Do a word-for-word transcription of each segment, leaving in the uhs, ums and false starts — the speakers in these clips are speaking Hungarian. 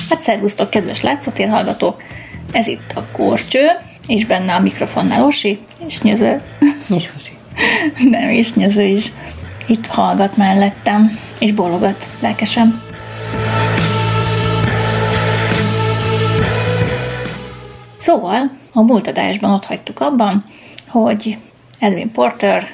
Hát szervusztok, kedves látszótér hallgatók! Ez itt a Górcső, és benne a mikrofonnál Osi, és Nyöző. És Osi. Nem, és Nyöző is itt hallgat mellettem, és bólogat lelkesen. Szóval, a múlt adásban ott hagytuk abban, hogy Edwin Porter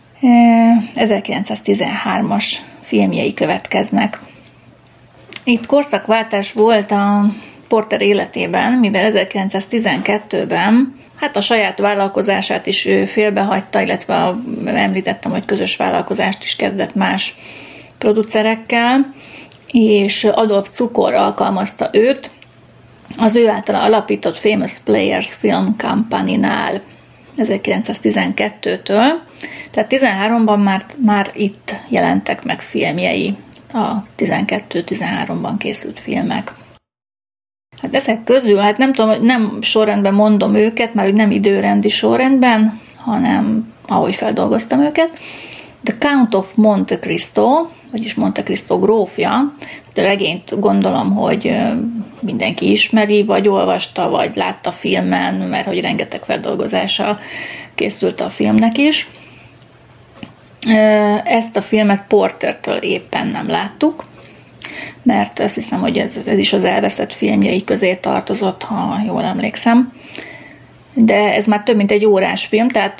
ezerkilencszáztizenhármas filmjei következnek. Itt korszakváltás volt a Porter életében, mivel ezerkilencszáztizenkettőben hát a saját vállalkozását is félbehagyta, illetve a, említettem, hogy közös vállalkozást is kezdett más producerekkel, és Adolf Cukor alkalmazta őt az ő által alapított Famous Players Film Company-nál ezerkilencszáztizenkettőtől, tehát tizenháromban már, már itt jelentek meg filmjei, a tizenkettő-tizenháromban készült filmek. Hát ezek közül, hát nem tudom, nem sorrendben mondom őket, már úgy nem időrendi sorrendben, hanem ahogy feldolgoztam őket. The Count of Monte Cristo, vagyis Monte Cristo grófja, de regényt gondolom, hogy mindenki ismeri, vagy olvasta, vagy látta filmen, mert hogy rengeteg feldolgozása készült a filmnek is. Ezt a filmet Portertől éppen nem láttuk, mert azt hiszem, hogy ez, ez is az elveszett filmjei közé tartozott, ha jól emlékszem. De ez már több mint egy órás film, tehát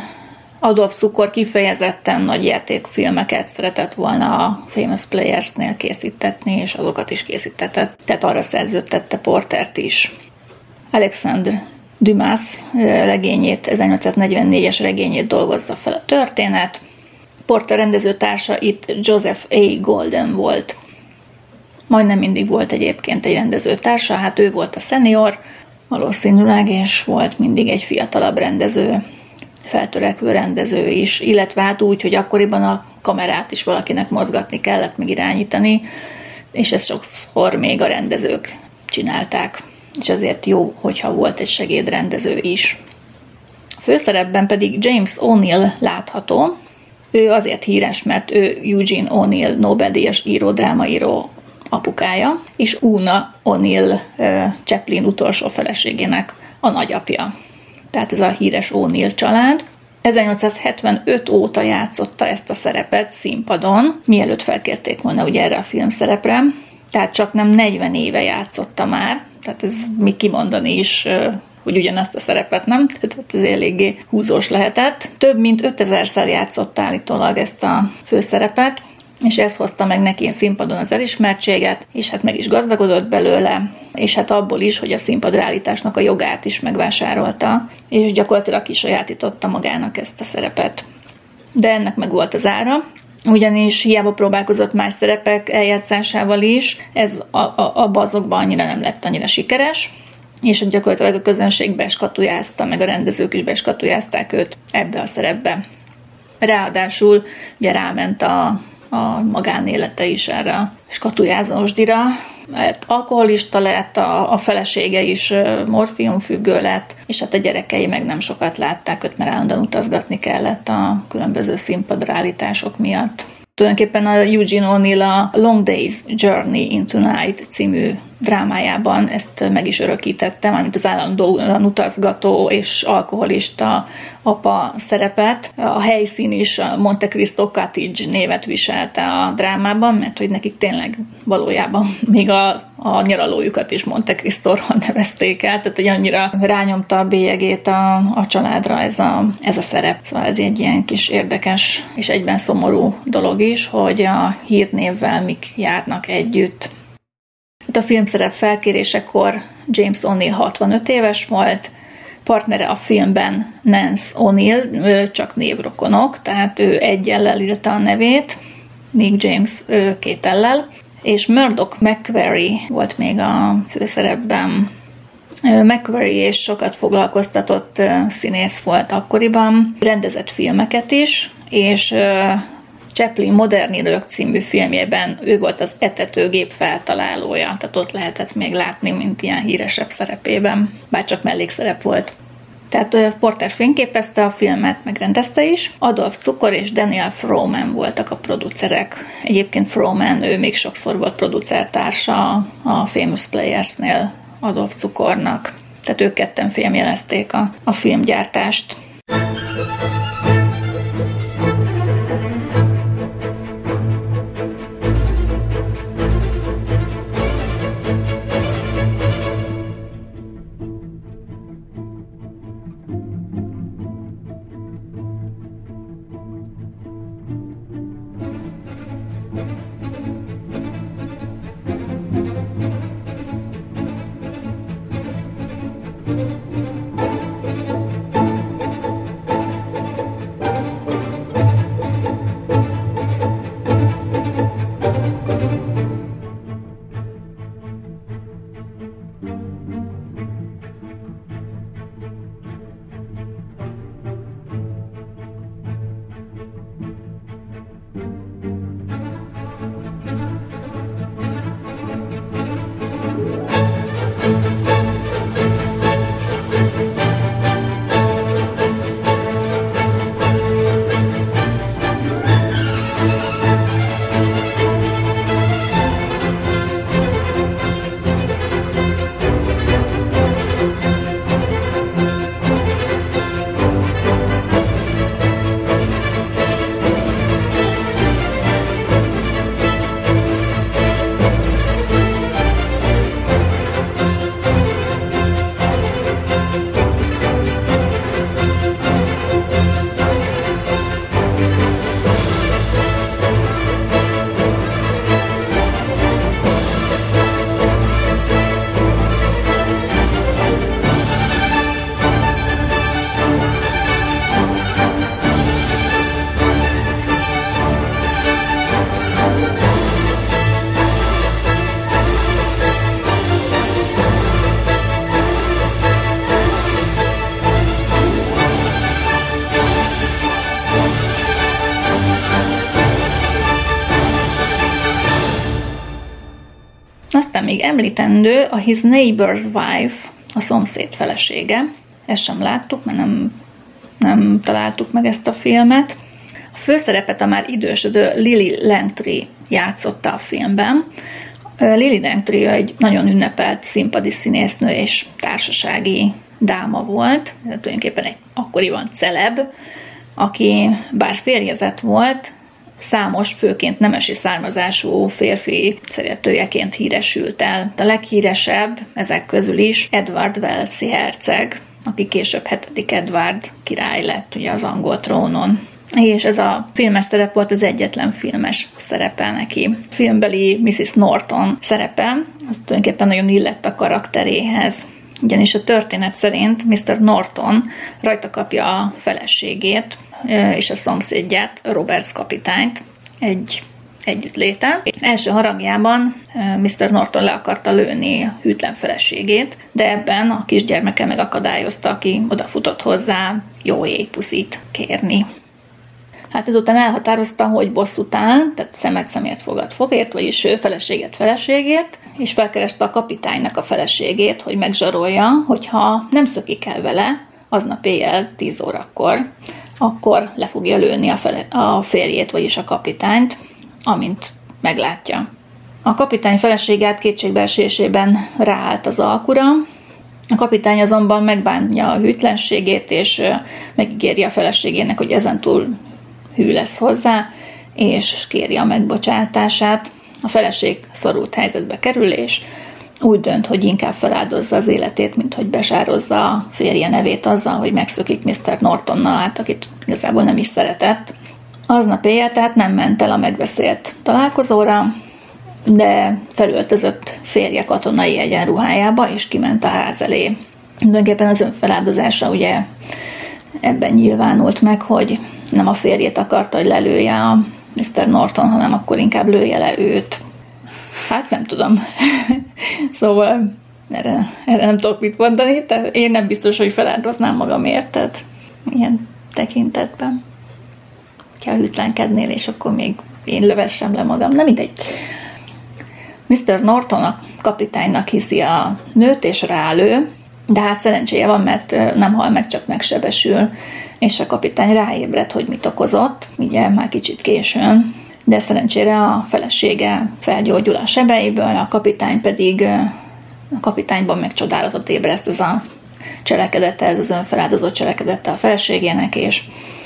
Adolf Cukor kifejezetten nagy játékfilmeket szeretett volna a Famous Players-nél készítetni, és azokat is készítetett, tehát arra szerződtette Portert is. Alexandre Dumas regényét, ezernyolcszáznegyvennégyes regényét dolgozza fel a történet. Porter rendezőtársa itt Joseph A. Golden volt. Majdnem mindig volt egyébként egy rendezőtársa, hát ő volt a senior, valószínűleg, és volt mindig egy fiatalabb rendező, feltörekvő rendező is, illetve hát úgy, hogy akkoriban a kamerát is valakinek mozgatni kellett, meg irányítani, és ezt sokszor még a rendezők csinálták, és ezért jó, hogyha volt egy segédrendező is. A főszerepben pedig James O'Neill látható. Ő azért híres, mert ő Eugene O'Neill Nobel-díjas író, drámaíró apukája, és Una O'Neill Chaplin utolsó feleségének a nagyapja. Tehát ez a híres O'Neill család. ezernyolcszázhetvenöt óta játszotta ezt a szerepet színpadon, mielőtt felkérték volna ugye erre a filmszerepre, tehát csak nem negyven éve játszotta már, tehát ez mi kimondani is, hogy ugyanazt a szerepet nem, tehát ez eléggé húzós lehetett. Több mint ötezerszer játszott állítólag ezt a főszerepet, és ez hozta meg neki színpadon az elismertséget, és hát meg is gazdagodott belőle, és hát abból is, hogy a színpadreállításnak a jogát is megvásárolta, és gyakorlatilag kisajátította magának ezt a szerepet. De ennek meg volt az ára, ugyanis hiába próbálkozott más szerepek eljátszásával is, ez a, a, abban azokban annyira nem lett annyira sikeres, és gyakorlatilag a közönség beskatujázta, meg a rendezők is beskatujázták őt ebbe a szerepbe. Ráadásul ugye ráment a a magánélete is erre a skatujázósdira. Hát alkoholista lett, a, a felesége is morfiumfüggő lett, és hát a gyerekei meg nem sokat látták őt, mert állandóan utazgatni kellett a különböző színpadreállítások miatt. Tulajdonképpen a Eugene O'Neill a Long Day's Journey into Night című drámájában ezt meg is örökítette, mármint az állandóan utazgató és alkoholista apa szerepet. A helyszín is a Monte Cristo Cottage névet viselte a drámában, mert hogy nekik tényleg valójában még a, a nyaralójukat is Monte Cristóról nevezték el, tehát hogy annyira rányomta a bélyegét a, a családra ez a, ez a szerep. Szóval ez egy ilyen kis érdekes és egyben szomorú dolog is, hogy a hírnévvel mik járnak együtt. A filmszerep felkérésekor James O'Neill hatvanöt éves volt, partnere a filmben Nance O'Neill, csak névrokonok, tehát ő egy ellel írta a nevét, míg James két ellel, és Murdoch McQuarrie volt még a főszerepben. McQuarrie és sokat foglalkoztatott színész volt akkoriban, rendezett filmeket is, és Chaplin Modern Idők című filmjében ő volt az etetőgép feltalálója, tehát ott lehetett még látni, mint ilyen híresebb szerepében, bár csak mellékszerep volt. Tehát Porter fényképezte a filmet, megrendezte is. Adolf Cukor és Daniel Frohman voltak a producerek. Egyébként Frohman, ő még sokszor volt producertársa a Famous Players-nél Adolf Cukornak. Tehát ők ketten filmjelezték a, a filmgyártást. Aztán még említendő a His Neighbor's Wife, a szomszéd felesége. Ezt sem láttuk, mert nem, nem találtuk meg ezt a filmet. A főszerepet a már idősödő Lily Langtry játszotta a filmben. Lily Langtry egy nagyon ünnepelt színpadi színésznő és társasági dáma volt, tulajdonképpen egy akkoriban celeb, aki bár férjezett volt, számos, főként nemesi származású férfi szeretőjeként híresült el. A leghíresebb ezek közül is Edward Wellesley herceg, aki később hetedik Edward király lett ugye az angol trónon. És ez a filmes szerep volt az egyetlen filmes szerepe neki. Filmbeli missziz Norton szerepe, az tulajdonképpen nagyon illett a karakteréhez. Ugyanis a történet szerint miszter Norton rajta kapja a feleségét és a szomszédját, Roberts kapitányt egy együttléten. Első haragjában miszter Norton le akarta lőni a hűtlen feleségét, de ebben a kisgyermeke megakadályozta, aki odafutott hozzá jó éjpuszit kérni. Hát ezután elhatározta, hogy bosszút áll, tehát szemet szemért fogad fogért, vagyis ő feleséget feleségért, és felkereste a kapitánynak a feleségét, hogy megzsarolja, hogyha nem szökik el vele, aznap éjjel tíz órakor, akkor le fogja lőni a, fele, a férjét, vagyis a kapitányt, amint meglátja. A kapitány feleséget kétségbeesésében ráállt az alkura, a kapitány azonban megbánja a hűtlenségét, és megígéri a feleségének, hogy ezentúl hű lesz hozzá, és kéri a megbocsátását. A feleség szorult helyzetbe kerül, és úgy dönt, hogy inkább feláldozza az életét, mint hogy besározza a férje nevét azzal, hogy megszökik miszter Nortonnal át, akit igazából nem is szeretett. Aznap éjjel tehát nem ment el a megbeszélt találkozóra, de felöltözött férje katonai egyenruhájába, és kiment a ház elé. Tulajdonképpen az önfeláldozása ugye ebben nyilvánult meg, hogy nem a férjét akarta, hogy lelője a miszter Norton, hanem akkor inkább lője le őt. Hát nem tudom. Szóval erre, erre nem tudok mit mondani, de én nem biztos, hogy feláldoznám magam, érted? Ilyen tekintetben. Ha hűtlenkednél, és akkor még én lövessem le magam. Nem mindegy. miszter Norton a kapitánynak hiszi a nőt, és rálő, De hát szerencséje van, mert nem hal meg, csak megsebesül, és a kapitány ráébred, hogy mit okozott, ugye már kicsit későn, de szerencsére a felesége felgyógyul a sebeiből, a kapitány pedig, a kapitányban meg csodálatot ébreszt ez a cselekedete, ez az önfeláldozó cselekedete a feleségének, és,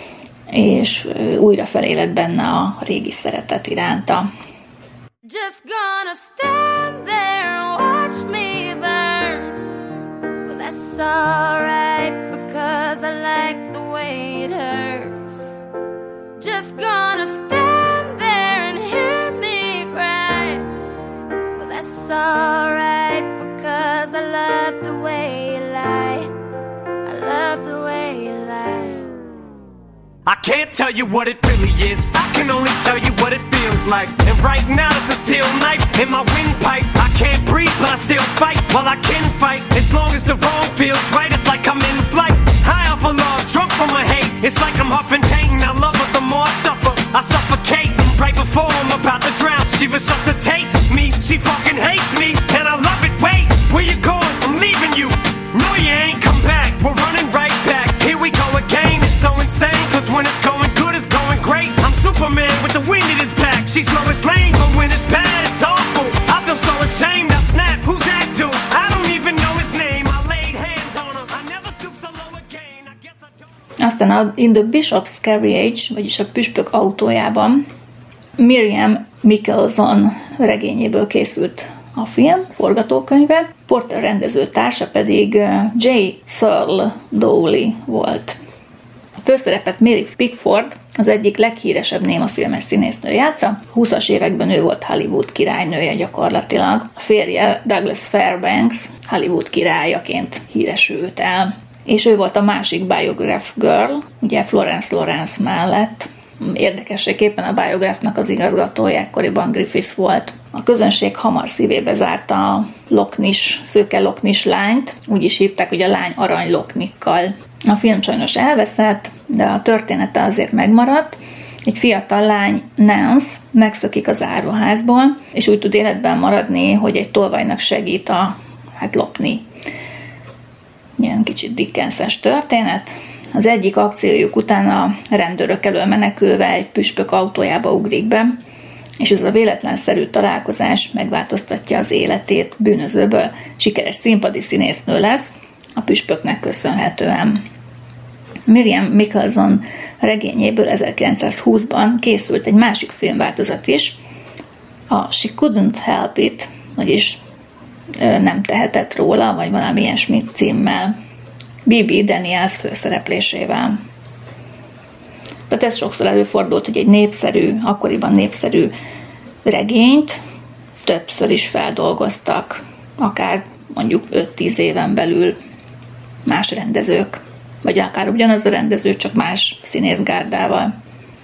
és újra feléled benne a régi szeretet iránta. Just gonna stand there and watch me burn. Well, that's alright because I like the way it hurts. Just gonna stand there and hear me cry. Well, that's alright because I love the way you lie. I love the way you lie. I can't tell you what it really is, I can only tell you what it feels like. And right now it's a steel knife in my windpipe. I can't breathe but I still fight, while I can fight. As long as the wrong feels right, it's like I'm in flight. High off of love, drunk from my hate, it's like I'm huffing pain. I love her, the more I suffer, I suffocate. Right before I'm about to drown, she resuscitates me. She fucking hates me, and I love it. Wait, where you going? I'm leaving you. No, you ain't come back, we're running right back. Here we go again, it's so insane, cause when it's going good, it's going great. I'm Superman with the wind in his back. She's Lois Lane, but when it's bad, it's awful. I feel so ashamed, I snap, who's that dude? I don't even know his name, I laid hands on him. I never stoop so low again, I guess I don't... Aztán a In the Bishop's Carriage, vagyis a Püspök autójában Miriam Mickelson regényéből készült a film, forgatókönyve, Porter rendezőtársa pedig J. Searle Dowling volt. A főszerepet Mary Pickford, az egyik leghíresebb némafilmes színésznő játsza. húszas években ő volt Hollywood királynője gyakorlatilag. A férje Douglas Fairbanks Hollywood királyaként híresült el. És ő volt a másik Biograph Girl, ugye Florence Lawrence mellett. Érdekességképpen a Biograph-nak az igazgatója ekkoriban Griffiths volt. A közönség hamar szívébe zárta a loknis, szőke loknis lányt, úgy is hívták, hogy a lány aranyloknikkal. A film sajnos elveszett, de a története azért megmaradt. Egy fiatal lány, Nance, megszökik az áruházból, és úgy tud életben maradni, hogy egy tolvajnak segít a, hát lopni. Ilyen kicsit Dickens-es történet. Az egyik akciójuk után a rendőrök elől menekülve egy püspök autójába ugrik be, és ez a véletlenszerű találkozás megváltoztatja az életét, bűnözőből sikeres színpadi színésznő lesz, a püspöknek köszönhetően. Miriam Mickelson regényéből ezerkilencszázhúszban készült egy másik filmváltozat is, a She Couldn't Help It, vagyis nem tehetett róla, vagy valami ilyesmi címmel, Bibi Daniels főszereplésével. Tehát ez sokszor előfordult, hogy egy népszerű, akkoriban népszerű regényt többször is feldolgoztak, akár mondjuk öt-tíz éven belül más rendezők, vagy akár ugyanaz a rendező, csak más színészgárdával.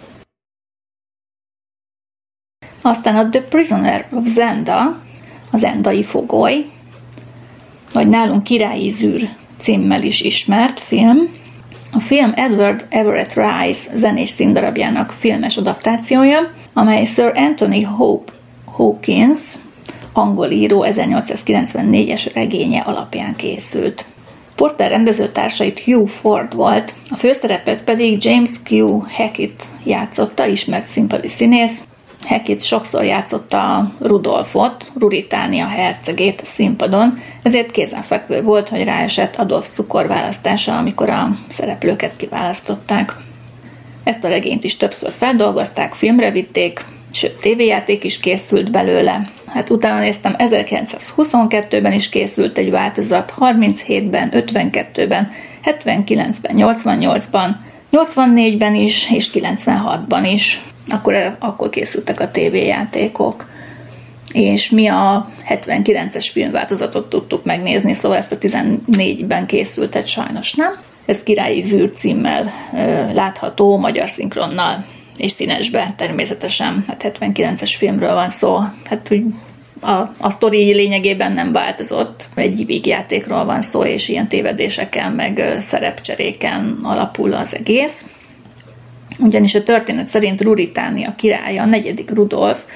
Aztán a The Prisoner of Zenda, az Zendai fogoly, vagy nálunk Királyi zűr címmel is ismert film. A film Edward Everett Rice zenés színdarabjának filmes adaptációja, amely Sir Anthony Hope Hawkins, angol író ezernyolcszázkilencvennégyes regénye alapján készült. Porter rendezőtársait Hugh Ford volt, a főszerepet pedig James Q. Hackett játszotta, ismert színpadi színész. Hackett sokszor játszotta Rudolfot, Ruritánia hercegét a színpadon, ezért kézenfekvő volt, hogy ráesett Adolf Cukor választása, amikor a szereplőket kiválasztották. Ezt a regényt is többször feldolgozták, filmre vitték, sőt tévéjáték is készült belőle. Hát utána néztem, ezerkilencszázhuszonkettőben is készült egy változat, harminchétben, ötvenkettőben, hetvenkilencben, nyolcvannyolcban, nyolcvannégyben is, és kilencvenhatban is. Akkor, akkor készültek a tévéjátékok. És mi a hetvenkilences filmváltozatot tudtuk megnézni, szóval ezt a tizennégyben készültet sajnos nem. Ez Királyi zűr címmel ö, látható, magyar szinkronnal és színesbe természetesen. Hát hetvenkilences filmről van szó. Hát úgy a, a sztori lényegében nem változott. Egy vígjátékról van szó, és ilyen tévedéseken, meg szerepcseréken alapul az egész. Ugyanis a történet szerint Ruritánia királya, a negyedik Rudolf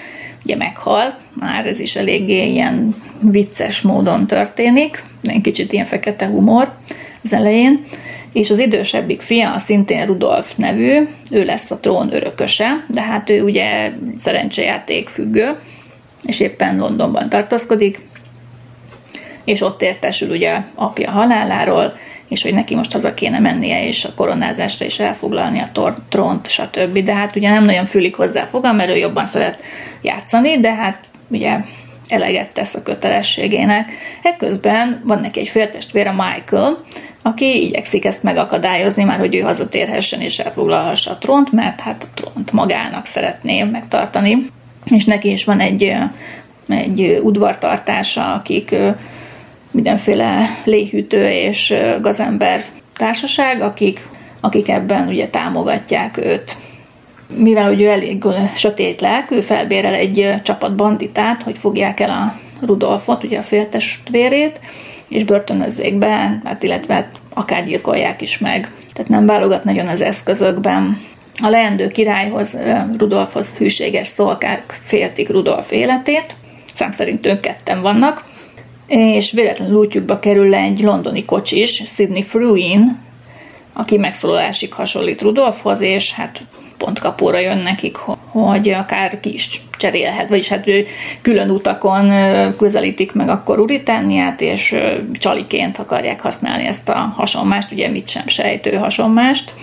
ugye meghal, már ez is eléggé ilyen vicces módon történik, egy kicsit ilyen fekete humor az elején, és az idősebbik fia, szintén Rudolf nevű, ő lesz a trón örököse, de hát ő ugye szerencsejáték függő, és éppen Londonban tartózkodik, és ott értesül ugye apja haláláról, és hogy neki most haza kéne mennie, és a koronázásra is elfoglalni a tor- trónt, stb. De hát ugye nem nagyon fülik hozzá fogam, mert ő jobban szeret játszani, de hát ugye eleget tesz a kötelességének. Ekközben van neki egy féltestvére, Michael, aki igyekszik ezt megakadályozni, már hogy ő hazatérhessen és elfoglalhassa a trónt, mert hát a trónt magának szeretné megtartani. És neki is van egy, egy udvartartása, akik mindenféle léhűtő és gazember társaság, akik, akik ebben ugye támogatják őt. Mivel ugye ő elég sötét lelkű, felbérel egy csapat banditát, hogy fogják el a Rudolfot, ugye a féltestvérét, és börtönözzék be, hát illetve hát akár gyilkolják is meg. Tehát nem válogat nagyon az eszközökben. A leendő királyhoz, Rudolfhoz hűséges szolgák féltik Rudolf életét, szám szerint ők ketten vannak, és véletlenül útjukba kerül egy londoni kocsis, Sidney Fruin, aki megszólalásig hasonlít Rudolfhoz, és hát pont kapóra jön nekik, hogy akár ki is cserélhet, vagyis hát külön utakon közelítik meg akkor Új-Britanniát, és csaliként akarják használni ezt a hasonmást, ugye mit sem sejtő hasonmást,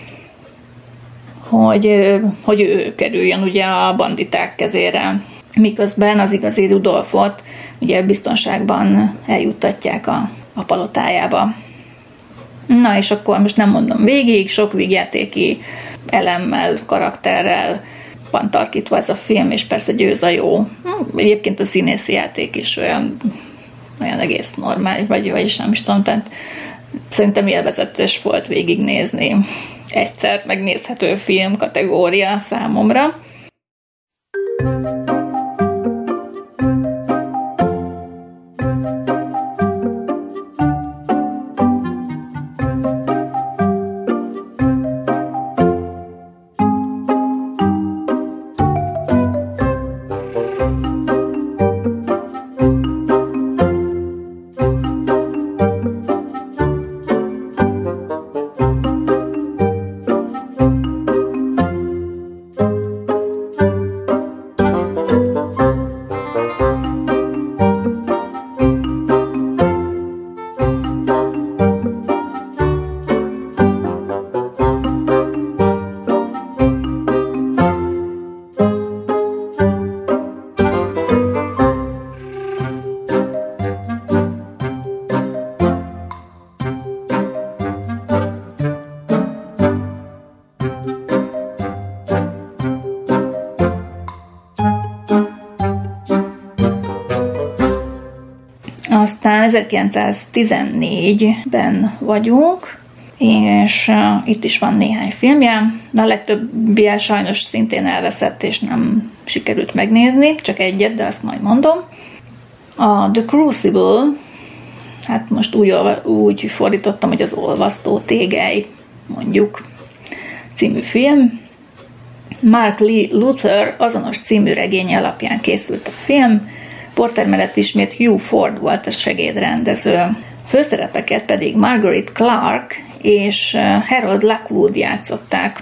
hogy, hogy ő kerüljön ugye a banditák kezére. Miközben az igazi Rudolfot ugye biztonságban eljuttatják a, a palotájába. Na és akkor most nem mondom végig, sok vígjátéki elemmel, karakterrel van tarkítva ez a film, és persze győz a jó. Egyébként a színészi játék is olyan, olyan egész normális, vagy, vagyis nem is tudom, tehát szerintem élvezetes volt végignézni. Egyszer megnézhető film kategória számomra. Aztán ezerkilencszáztizennégyben vagyunk, és uh, itt is van néhány filmje. A legtöbbje sajnos szintén elveszett, és nem sikerült megnézni, csak egyet, de azt majd mondom. A The Crucible, hát most úgy, úgy fordítottam, hogy az olvasztó tégely, mondjuk, című film. Mark Lee Luther azonos című regény alapján készült a film, Porter mellett ismét Hugh Ford volt a segédrendező. A főszerepeket pedig Margaret Clark és Harold Lockwood játszották.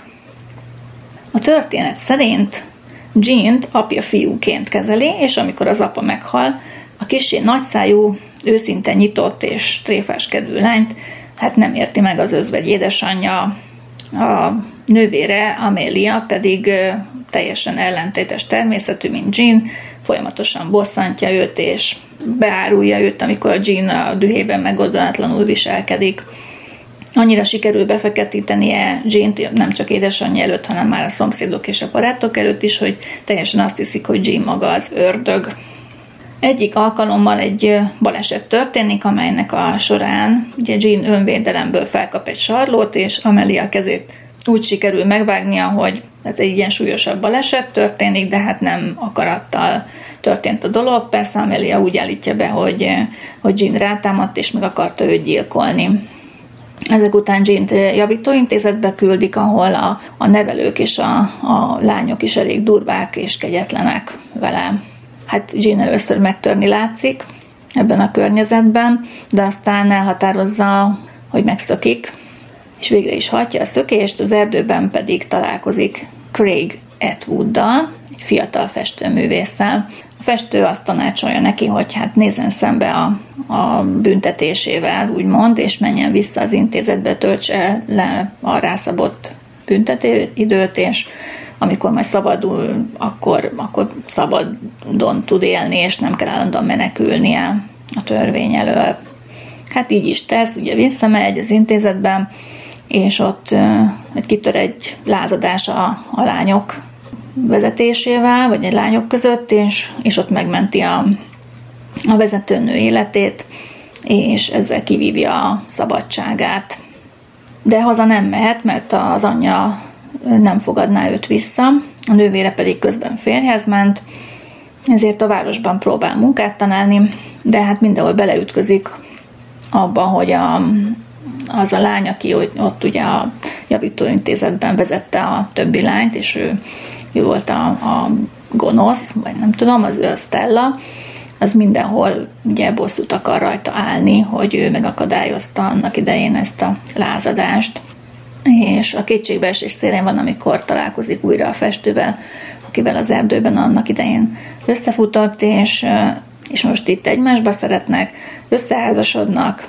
A történet szerint Jean-t apja fiúként kezeli, és amikor az apa meghal, a kissé nagyszájú, őszinte nyitott és tréfáskedő lányt hát nem érti meg az özvegy édesanyja. A nővére, Amelia pedig teljesen ellentétes természetű, mint Jean, folyamatosan bosszantja őt, és beárulja őt, amikor a Jean a dühében megoldatlanul viselkedik. Annyira sikerül befeketítenie Jean-t nem csak édesanyja előtt, hanem már a szomszédok és a barátok előtt is, hogy teljesen azt hiszik, hogy Jean maga az ördög. Egyik alkalommal egy baleset történik, amelynek a során ugye Jean önvédelemből felkap egy sarlót, és Amelia kezét úgy sikerül megvágnia, hogy hát egy ilyen súlyosabb baleset történik, de hát nem akarattal történt a dolog. Persze Amelia úgy állítja be, hogy, hogy Jean rátámadt, és meg akarta őt gyilkolni. Ezek után Jean-t javítóintézetbe küldik, ahol a, a nevelők és a, a lányok is elég durvák és kegyetlenek vele. Hát Jean először megtörni látszik ebben a környezetben, de aztán elhatározza, hogy megszökik, és végre is hajtja a szökést, az erdőben pedig találkozik Craig Atwooddal, egy fiatal festőművésszel. A festő azt tanácsolja neki, hogy hát nézzen szembe a, a büntetésével, úgymond, és menjen vissza az intézetbe, töltse le a rászabott büntetőidőt, és amikor majd szabadul, akkor, akkor szabadon tud élni, és nem kell állandóan menekülnie a törvény elől. Hát így is tesz, ugye visszamegy az intézetben, és ott uh, kitör egy lázadás a, a lányok vezetésével, vagy egy lányok között, és, és ott megmenti a, a vezetőnő életét, és ezzel kivívja a szabadságát. De haza nem mehet, mert az anyja nem fogadná őt vissza, a nővére pedig közben férjhez ment, ezért a városban próbál munkát találni, de hát mindenhol beleütközik abba, hogy a, az a lány, aki ott ugye a javítóintézetben vezette a többi lányt, és ő, ő volt a, a gonosz, vagy nem tudom, az ő a Stella, az mindenhol ugye bosszút akar rajta állni, hogy ő megakadályozta annak idején ezt a lázadást. És a kétségbeesés szélén van, amikor találkozik újra a festővel, akivel az erdőben annak idején összefutott, és, és most itt egymásba szeretnek, összeházasodnak,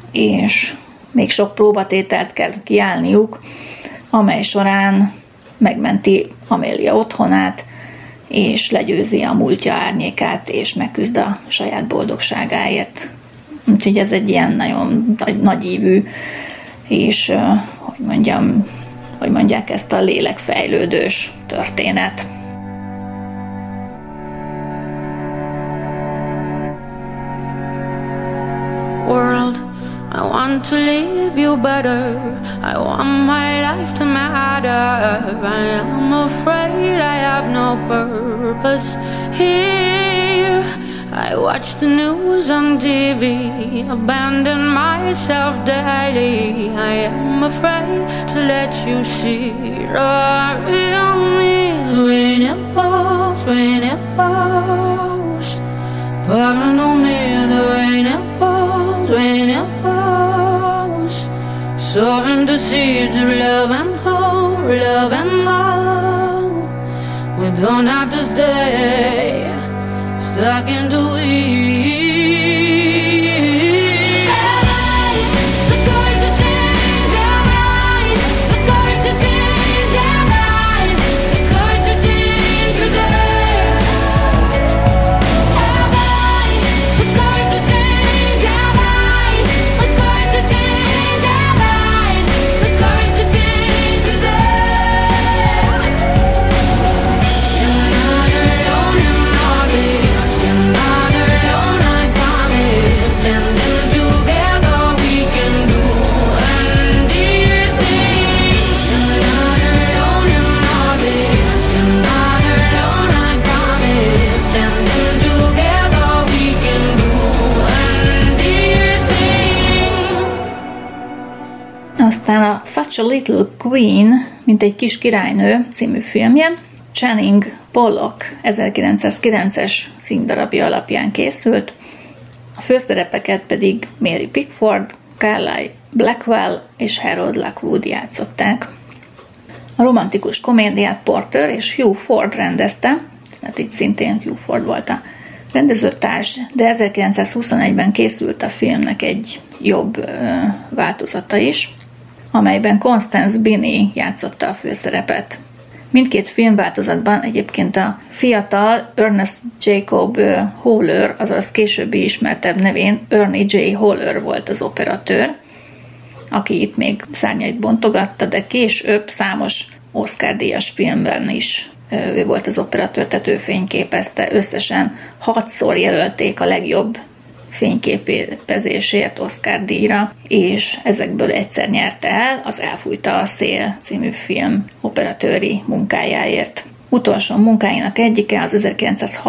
és még sok próbatételt kell kiállniuk, amely során megmenti Amélia otthonát, és legyőzi a múltja árnyékát, és megküzd a saját boldogságáért. Úgyhogy ez egy ilyen nagyon nagy, nagyívű, és hogy mondjam, hogy mondják ezt a lélekfejlődős történet. World, I want to leave you better. I want my life to matter. I am afraid I have no purpose here. I watch the news on T V, abandon myself daily. I am afraid to let you see the real me. Rain it falls, rain it falls. Pardon me, the rain it falls, rain it falls. Sowing the seeds of love and hope, love and hope. We don't have to stay stuck in the weeds. Have I the courage to change? Have I the courage to change? Have I the courage to change today? Have I the courage to change? Have I the courage to change? Have I the courage to change today? You're not alone in all this. You're not alone, I promise. Standing together we can do anything. You're not alone in all this. You're not alone, I promise. Standing together we can do anything. Aztán a Such a Little Queen, mint egy kis királynő című filmje, Channing Pollock ezerkilencszázkilences színdarabja alapján készült, a főszerepeket pedig Mary Pickford, Carlyle Blackwell és Harold Lockwood játszották. A romantikus komédiát Porter és Hugh Ford rendezte, hát itt szintén Hugh Ford volt a rendezőtárs, de ezerkilencszázhuszonegyben készült a filmnek egy jobb ö, változata is, amelyben Constance Binney játszotta a főszerepet. Mindkét filmváltozatban egyébként a fiatal Ernest Jacob Haller, azaz későbbi ismertebb nevén Ernie J. Haller volt az operatőr, aki itt még szárnyait bontogatta, de később számos Oscar-díjas filmben is ő volt az operatőr, tehát ő fényképezte. Összesen hatszor jelölték a legjobb fényképezésért Oscar-díjra, és ezekből egyszer nyerte el az Elfújta a szél című film operatőri munkájáért. Utolsó munkáinak egyike az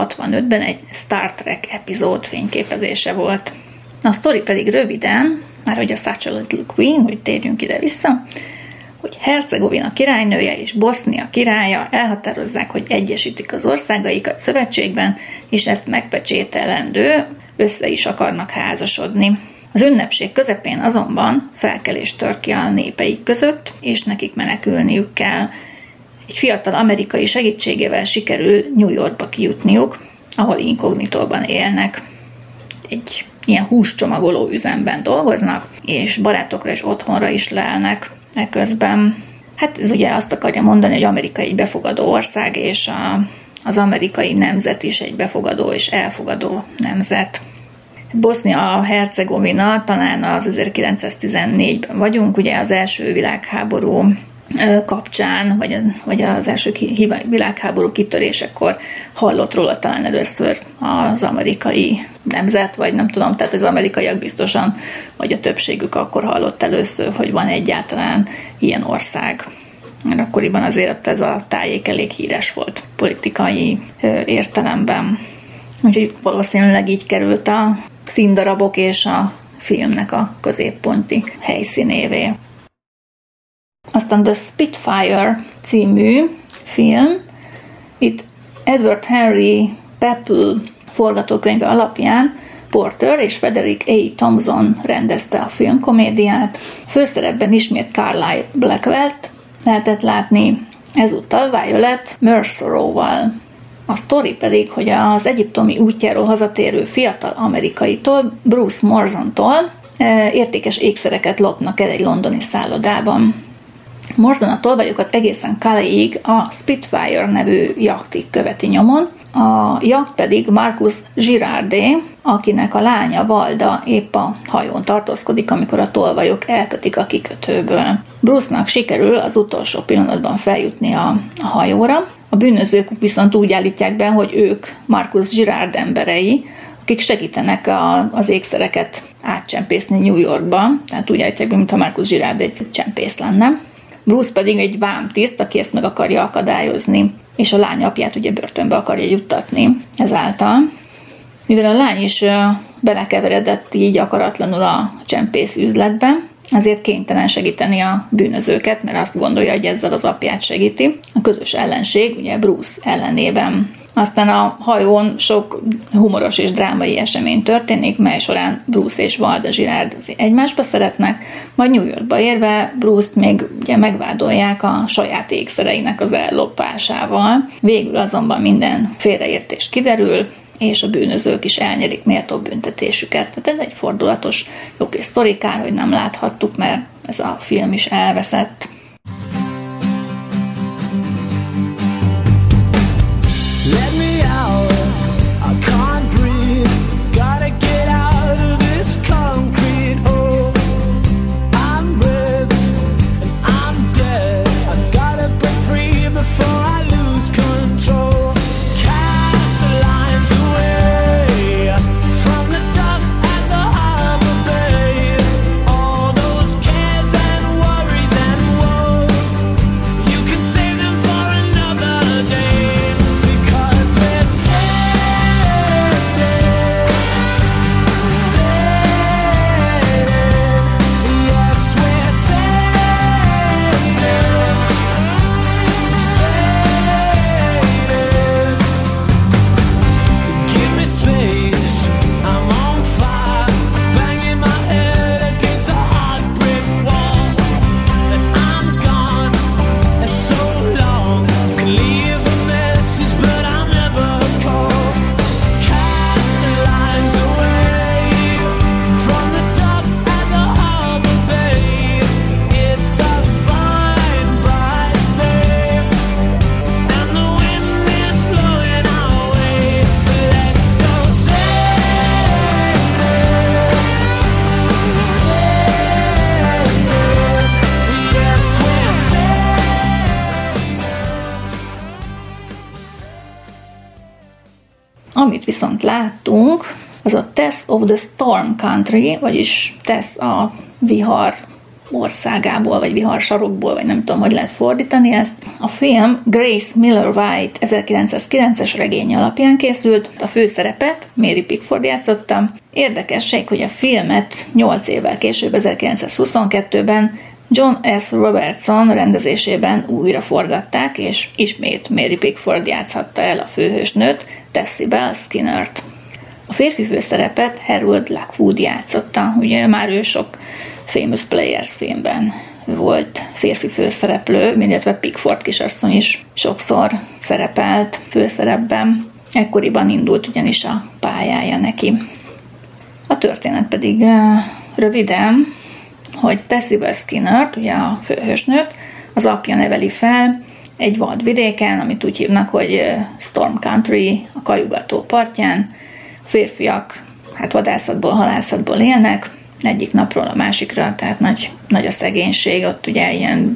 ezerkilencszázhatvanötben egy Star Trek epizód fényképezése volt. A sztori pedig röviden már hogy a Such a Little Queen, hogy térjünk ide-vissza, hogy Hercegovina királynője és Bosznia királya elhatározzák, hogy egyesítik az országaikat szövetségben, és ezt megpecsételendő, össze is akarnak házasodni. Az ünnepség közepén azonban felkelés tör ki a népeik között, és nekik menekülniük kell. Egy fiatal amerikai segítségével sikerül New Yorkba kijutniuk, ahol inkognitóban élnek. Egy ilyen húscsomagoló üzemben dolgoznak, és barátokra és otthonra is lelnek eközben. Hát ez ugye azt akarja mondani, hogy Amerika egy befogadó ország, és a, az amerikai nemzet is egy befogadó és elfogadó nemzet. Bosznia-Hercegovina, talán az ezerkilencszáztizennégyben vagyunk, ugye az első világháború kapcsán, vagy, vagy az első világháború kitörésekor hallott róla talán először az amerikai nemzet, vagy nem tudom, tehát az amerikaiak biztosan, vagy a többségük akkor hallott először, hogy van egyáltalán ilyen ország. Akkoriban azért ez a tájék elég híres volt politikai értelemben. Úgyhogy valószínűleg így került a színdarabok és a filmnek a középponti helyszínévé. Aztán The Spitfire című film, itt Edward Henry Pepple forgatókönyve alapján Porter és Frederick A. Thompson rendezte a filmkomédiát. Főszerepben ismét Carlyle Blackwell-t lehetett látni, ezúttal Violet Mercerow-val. A sztori pedig, hogy az egyiptomi útjáról hazatérő fiatal amerikaitól, Bruce Morsontól értékes ékszereket lopnak el egy londoni szállodában. Morson a tolvajokat egészen Calais-ig a Spitfire nevű jachtig követi nyomon, a jacht pedig Marcus Girardet, akinek a lánya Valda épp a hajón tartózkodik, amikor a tolvajok elkötik a kikötőből. Bruce-nak sikerül az utolsó pillanatban feljutni a, a hajóra, a bűnözők viszont úgy állítják be, hogy ők Marcus Girard emberei, akik segítenek a, az ékszereket átcsempészni New Yorkba, tehát úgy állítják be, mintha Marcus Girard egy csempész lenne. Bruce pedig egy vámtiszt, aki ezt meg akarja akadályozni, és a lány apját ugye börtönbe akarja juttatni ezáltal. Mivel a lány is belekeveredett így akaratlanul a csempész üzletbe, azért kénytelen segíteni a bűnözőket, mert azt gondolja, hogy ezzel az apját segíti. A közös ellenség ugye Bruce ellenében. Aztán a hajón sok humoros és drámai esemény történik, mely során Bruce és Valda Girard egymásba szeretnek, majd New Yorkba érve Bruce-t még ugye megvádolják a saját ékszereinek az ellopásával. Végül azonban minden félreértés kiderül, és a bűnözők is elnyerik méltó büntetésüket. Tehát ez egy fordulatos jó kis sztori, kár, hogy nem láthattuk, mert ez a film is elveszett. Let me out, I can't breathe, gotta get out of this concrete hole. I'm ripped and I'm dead, I gotta break free before I lose control. Cast the lines away from the dock and the harbor bay. All those cares and worries and woes, you can save them for another day. Amit viszont láttunk, az a Tess of the Storm Country, vagyis Tess a vihar országából, vagy viharsarokból, vagy nem tudom, hogy lehet fordítani ezt. A film Grace Miller White ezerkilencszázkilences regény alapján készült, a főszerepet Mary Pickford játszotta. Érdekesség, hogy a filmet nyolc évvel később, ezerkilencszázhuszonkettőben John S. Robertson rendezésében újra forgatták, és ismét Mary Pickford játszhatta el a főhősnőt, Tessie Bell Skinnert. A férfi főszerepet Harold Lockwood játszotta, ugye már ő sok Famous Players filmben volt férfi főszereplő, illetve Pickford kisasszony is sokszor szerepelt főszerepben. Ekkoriban indult ugyanis a pályája neki. A történet pedig röviden, hogy Tessie Bell Skinnert, ugye a főhősnőt, az apja neveli fel egy vadvidéken, amit úgy hívnak, hogy Storm Country, a kajugató partján. A férfiak hát vadászatból, halászatból élnek, egyik napról a másikra, tehát nagy, nagy a szegénység, ott ugye ilyen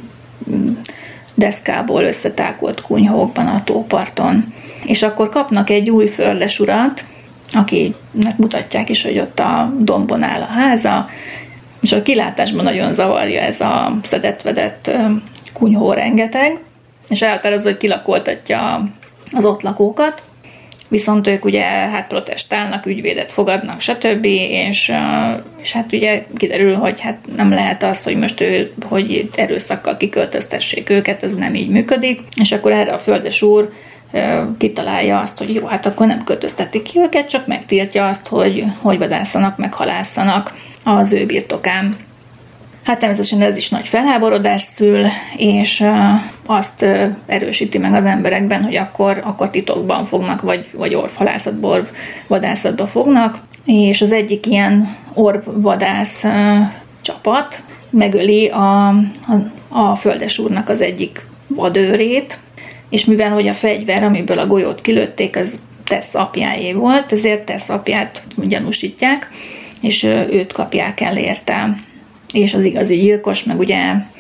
deszkából összetákolt kunyhókban a tóparton. És akkor kapnak egy új földes urat, akinek mutatják is, hogy ott a dombon áll a háza, és a kilátásban nagyon zavarja ez a szedett-vedett kunyhó rengeteg, és elhatározza, hogy kilakoltatja az ott lakókat, viszont ők ugye hát protestálnak, ügyvédet fogadnak, stb. És, és hát ugye kiderül, hogy hát nem lehet az, hogy most ő, hogy erőszakkal kiköltöztessék őket, ez nem így működik, és akkor erre a földes úr kitalálja azt, hogy jó, hát akkor nem költöztetik ki őket, csak megtiltja azt, hogy, hogy vadászanak, meg halászanak az ő birtokán. Hát természetesen ez is nagy felháborodást szül, és azt erősíti meg az emberekben, hogy akkor, akkor titokban fognak, vagy, vagy orvhalászatba, orvvadászatba fognak, és az egyik ilyen orvvadász csapat megöli a, a, a földes úrnak az egyik vadőrét, és mivel hogy a fegyver, amiből a golyót kilőtték, az Tess apjáé volt, ezért Tess apját gyanúsítják, és őt kapják el érte. És az igazi gyilkos meg ugye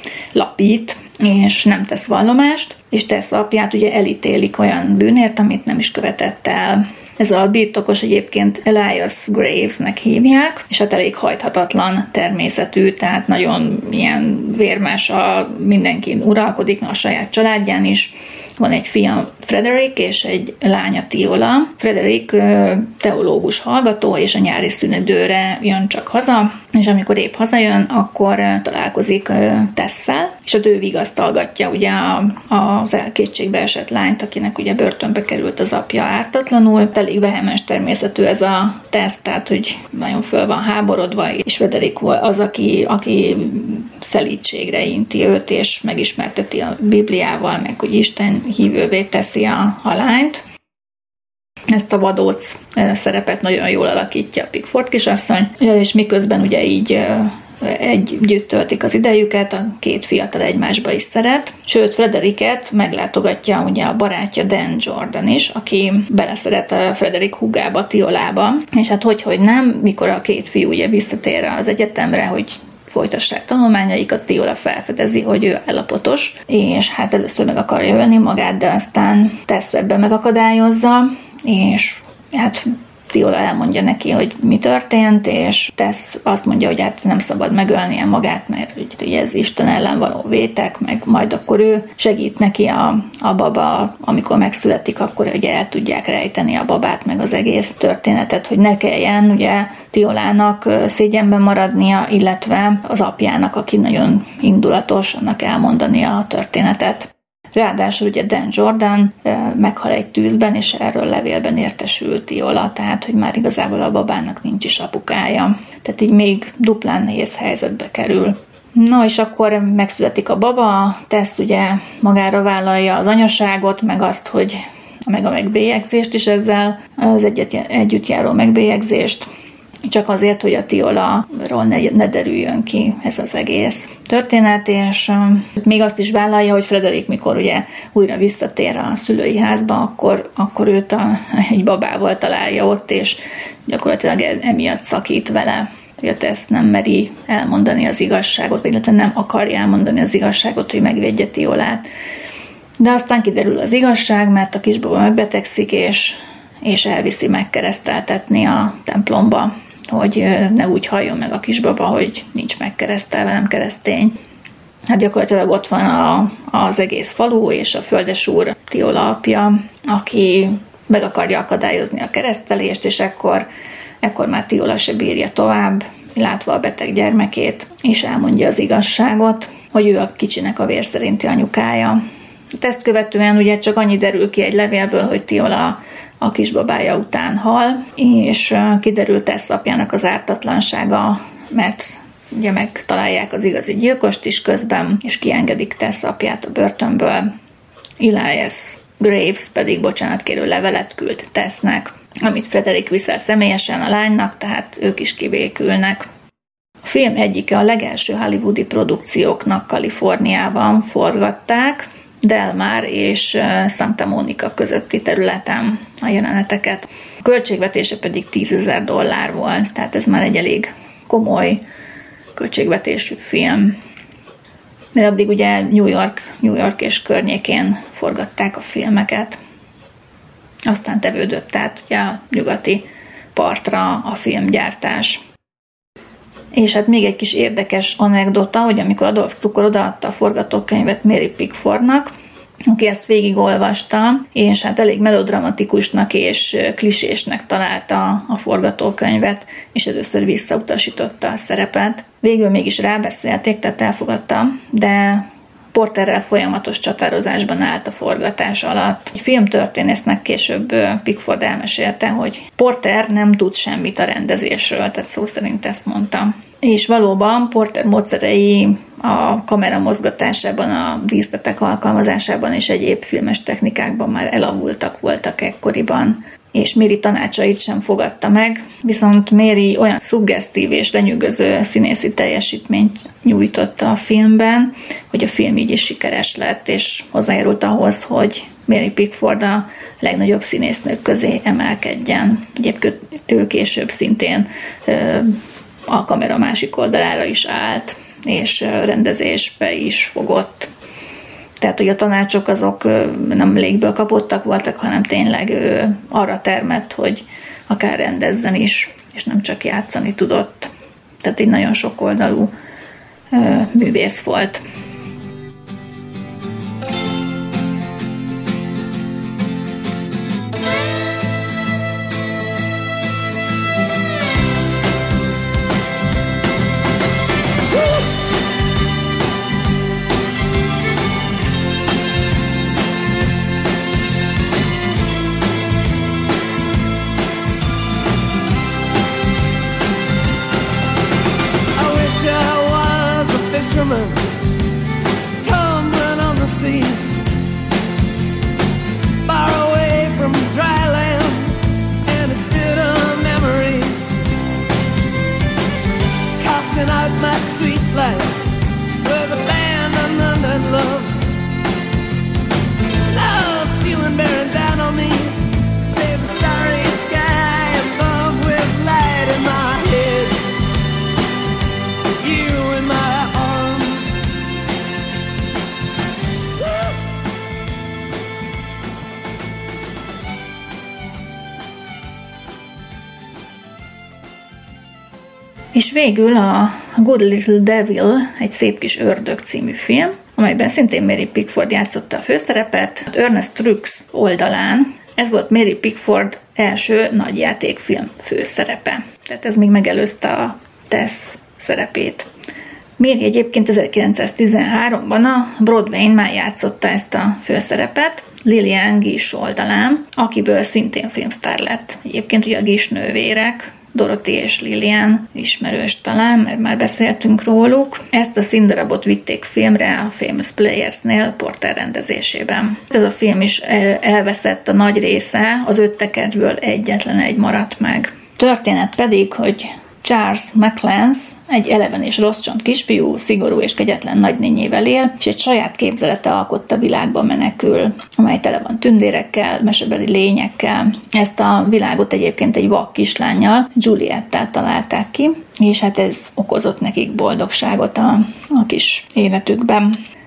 lapít, és nem tesz vallomást, és Tess apját ugye elítélik olyan bűnért, amit nem is követett el. Ez a birtokos egyébként Elias Gravesnek hívják, és hát elég hajthatatlan természetű, tehát nagyon ilyen vérmás, a mindenkin uralkodik, a saját családján is. Van egy fia, Frederick, és egy lánya, Tiola. Frederick teológus hallgató, és a nyári szünidőre jön csak haza, és amikor épp hazajön, akkor találkozik Tesszel, és hát ő vigasztalgatja ugye az elkétségbe esett lányt, akinek ugye börtönbe került az apja ártatlanul. Elég vehemes természetű ez a Tess, tehát hogy nagyon föl van háborodva, és Frederick az, aki, aki szelídségre inti őt, és megismerteti a Bibliával, meg hogy Isten hívővé teszi a, a lányt. Ezt a vadóc szerepet nagyon jól alakítja a Pickford kisasszony, és miközben ugye így együtt töltik az idejüket, a két fiatal egymásba is szeret. Sőt, Fredericket meglátogatja ugye a barátja Dan Jordan is, aki beleszeret a Frederick húgába, Tiolába, és hát hogy-hogy nem, mikor a két fiú ugye visszatér az egyetemre, hogy folytassák tanulmányaikat, Tiola felfedezi, hogy ő állapotos, és hát először meg akarja ölni magát, de aztán Tess ebben megakadályozza, és hát Tiola elmondja neki, hogy mi történt, és Tess azt mondja, hogy hát nem szabad megölnie magát, mert ugye ez Isten ellen való vétek, meg majd akkor ő segít neki a, a baba, amikor megszületik, akkor ugye el tudják rejteni a babát, meg az egész történetet, hogy ne kelljen ugye Tiolának szégyenben maradnia, illetve az apjának, aki nagyon indulatos, annak elmondani a történetet. Ráadásul ugye Dan Jordan meghal egy tűzben, és erről levélben értesült Tiola, tehát hogy már igazából a babának nincs is apukája. Tehát így még duplán nehéz helyzetbe kerül. No, és akkor megszületik a baba, Tess ugye magára vállalja az anyaságot, meg azt, hogy meg a megbélyegzést is ezzel, az egyet, együttjáró megbélyegzést, csak azért, hogy a Tiola-ról ne, ne derüljön ki ez az egész történet, és um, még azt is vállalja, hogy Frederick, mikor ugye újra visszatér a szülői házba, akkor, akkor őt a, egy babával találja ott, és gyakorlatilag emiatt szakít vele. Hogy ezt nem meri elmondani az igazságot, vagy illetve nem akarja elmondani az igazságot, hogy megvédje Tiolát. De aztán kiderül az igazság, mert a kisbaba megbetegszik, és, és elviszi megkereszteltetni a templomba hogy ne úgy halljon meg a kisbaba, hogy nincs megkeresztelve, nem keresztény. Hát gyakorlatilag ott van a, az egész falu, és a földesúr Tiola apja, aki meg akarja akadályozni a keresztelést, és ekkor, ekkor már Tiola se bírja tovább, látva a beteg gyermekét, és elmondja az igazságot, hogy ő a kicsinek a vér szerinti anyukája. Ezt követően ugye csak annyi derül ki egy levélből, hogy Tiola a kisbabája után hal, és kiderül Tess apjának az ártatlansága, mert ugye megtalálják az igazi gyilkost is közben, és kiengedik Tess apját a börtönből. Elias Graves pedig bocsánatkérő levelet küld Tessnek, amit Frederick viszel személyesen a lánynak, tehát ők is kibékülnek. A film egyike a legelső hollywoodi produkcióknak Kaliforniában forgatták, Del Mar és Santa Monica közötti területen a jeleneteket. A költségvetése pedig tízezer dollár volt, tehát ez már egy elég komoly költségvetésű film. Mert addig ugye New York, New York és környékén forgatták a filmeket. Aztán tevődött tehát ugye a nyugati partra a filmgyártás. És hát még egy kis érdekes anekdota, hogy amikor Adolf Cukor odaadta a forgatókönyvet Mary Pickfordnak, aki ezt végigolvasta, és hát elég melodramatikusnak és klisésnek találta a forgatókönyvet, és először visszautasította a szerepet. Végül mégis rábeszélték, tehát elfogadta, de Porterrel folyamatos csatározásban állt a forgatás alatt. Egy filmtörténésznek később Pickford elmesélte, hogy Porter nem tud semmit a rendezésről, tehát szó szerint ezt mondta. És valóban Porter módszerei a kamera mozgatásában, a díszletek alkalmazásában és egyéb filmes technikákban már elavultak voltak ekkoriban, és Mary tanácsait sem fogadta meg, viszont Mary olyan szuggesztív és lenyűgöző színészi teljesítményt nyújtotta a filmben, hogy a film így is sikeres lett, és hozzájárult ahhoz, hogy Mary Pickford a legnagyobb színésznők közé emelkedjen. Egyébként ő később szintén a kamera másik oldalára is állt, és rendezésbe is fogott. Tehát, hogy a tanácsok azok nem légből kapottak voltak, hanem tényleg arra termett, hogy akár rendezzen is, és nem csak játszani tudott. Tehát egy nagyon sokoldalú művész volt. Tumbling on the seas, far away from dry land and its bitter memories, casting out my sweet life with abandonment and love. Love ceiling bearing down on me, save the starry sky above with light in my head. You in my És végül a Good Little Devil, egy szép kis ördög című film, amelyben szintén Mary Pickford játszotta a főszerepet, Ernest Trucks oldalán. Ez volt Mary Pickford első nagyjátékfilm főszerepe. Tehát ez még megelőzte a Tess szerepét. Mary egyébként ezerkilencszáztizenháromban a Broadwayn már játszotta ezt a főszerepet, Lillian Gish oldalán, akiből szintén filmsztár lett. Egyébként ugye a Gish nővérek, Dorothy és Lillian ismerős talán, mert már beszéltünk róluk. Ezt a színdarabot vitték filmre a Famous Players-nél Porter rendezésében. Ez a film is elveszett a nagy része, az öt tekercsből egyetlen egy maradt meg. Történet pedig, hogy Charles McClance egy eleven és rossz csont kisfiú, szigorú és kegyetlen nagynényével él, és egy saját képzelete alkotta világba menekül, amely tele van tündérekkel, mesebeli lényekkel. Ezt a világot egyébként egy vak kislánnyal, Juliettel találták ki, és hát ez okozott nekik boldogságot a, a kis életükben.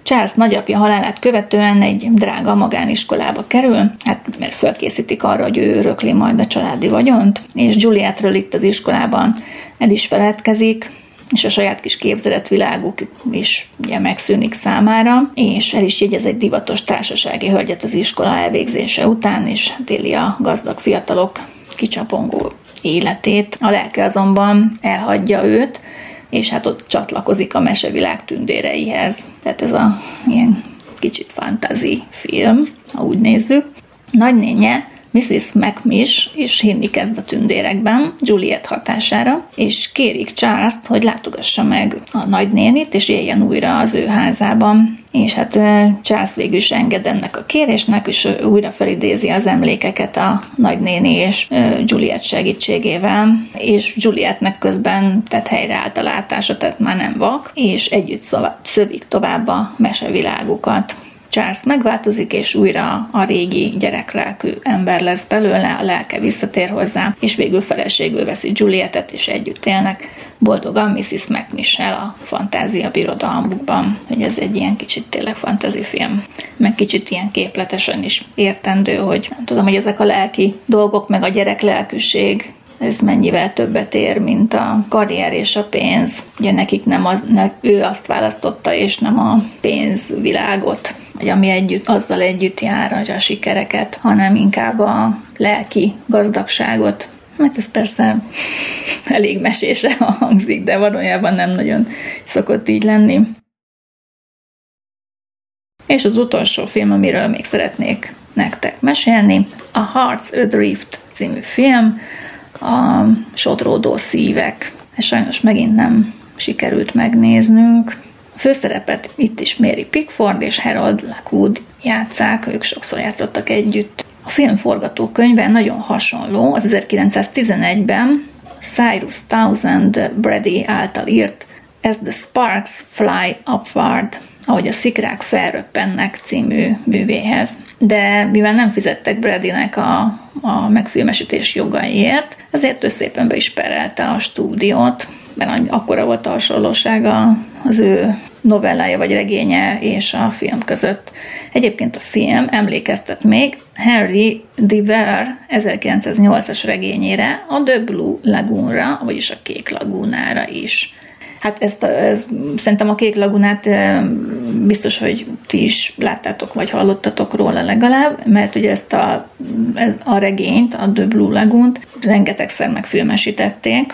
Charles nagyapja halálát követően egy drága magániskolába kerül, hát mert felkészítik arra, hogy ő örökli majd a családi vagyont, és Julietről itt az iskolában el is feledkezik, és a saját kis képzeletviláguk is ugye megszűnik számára, és el is jegyez egy divatos társasági hölgyet az iskola elvégzése után, és éli a gazdag fiatalok kicsapongó életét. A lelke azonban elhagyja őt, és hát ott csatlakozik a mesevilág tündéreihez. Tehát ez a ilyen kicsit fantasy film, ha úgy nézzük. Nagynénye, missziz McMish is hinni kezd a tündérekben, Juliet hatására, és kérik Charles-t, hogy látogassa meg a nagynénit, és éljen újra az ő házában. És hát Charles végül is enged ennek a kérésnek, és újra felidézi az emlékeket a nagynéni és Juliet segítségével, és Julietnek közben tehát helyreállt a látása, tehát már nem vak, és együtt szövik tovább a mesevilágukat. Charles megváltozik, és újra a régi gyereklelkű ember lesz belőle, a lelke visszatér hozzá, és végül feleségül veszi Julietet, és együtt élnek boldogan missziz McMish-sel a fantázia birodalmukban, hogy ez egy ilyen kicsit tényleg fantasy film, meg kicsit ilyen képletesen is értendő, hogy nem tudom, hogy ezek a lelki dolgok, meg a gyereklelkűség, ez mennyivel többet ér, mint a karrier és a pénz. Ugye nekik nem az, ne, ő azt választotta, és nem a pénzvilágot, vagy ami együtt, azzal együtt jár a sikereket, hanem inkább a lelki gazdagságot. Mert ez persze elég mesése hangzik, de valójában nem nagyon szokott így lenni. És az utolsó film, amiről még szeretnék nektek mesélni, a Hearts Adrift című film, a Sodródó szívek. Ez sajnos megint nem sikerült megnéznünk. A főszerepet itt is Mary Pickford és Harold Lockwood játsszák, ők sokszor játszottak együtt. A film forgatókönyve nagyon hasonló, az ezerkilencszáztizenegyben Cyrus Townsend Brady által írt As the Sparks Fly Upward, ahogy a szikrák felröppennek című művéhez. De mivel nem fizettek Bradynek a, a megfilmesítés jogaiért, ezért ő szépen be is perelte a stúdiót, mert akkora volt a hasonlósága az ő novellája vagy regénye és a film között. Egyébként a film emlékeztet még Henry de Vere ezerkilencszáznyolcas regényére, a The Blue Lagoonra, vagyis a Kék Lagúnára is. Hát ezt a, ez, szerintem a Kék Lagunát biztos, hogy ti is láttátok, vagy hallottatok róla legalább, mert ugye ezt a, a regényt, a The Blue Lagoont rengetegszer megfilmesítették.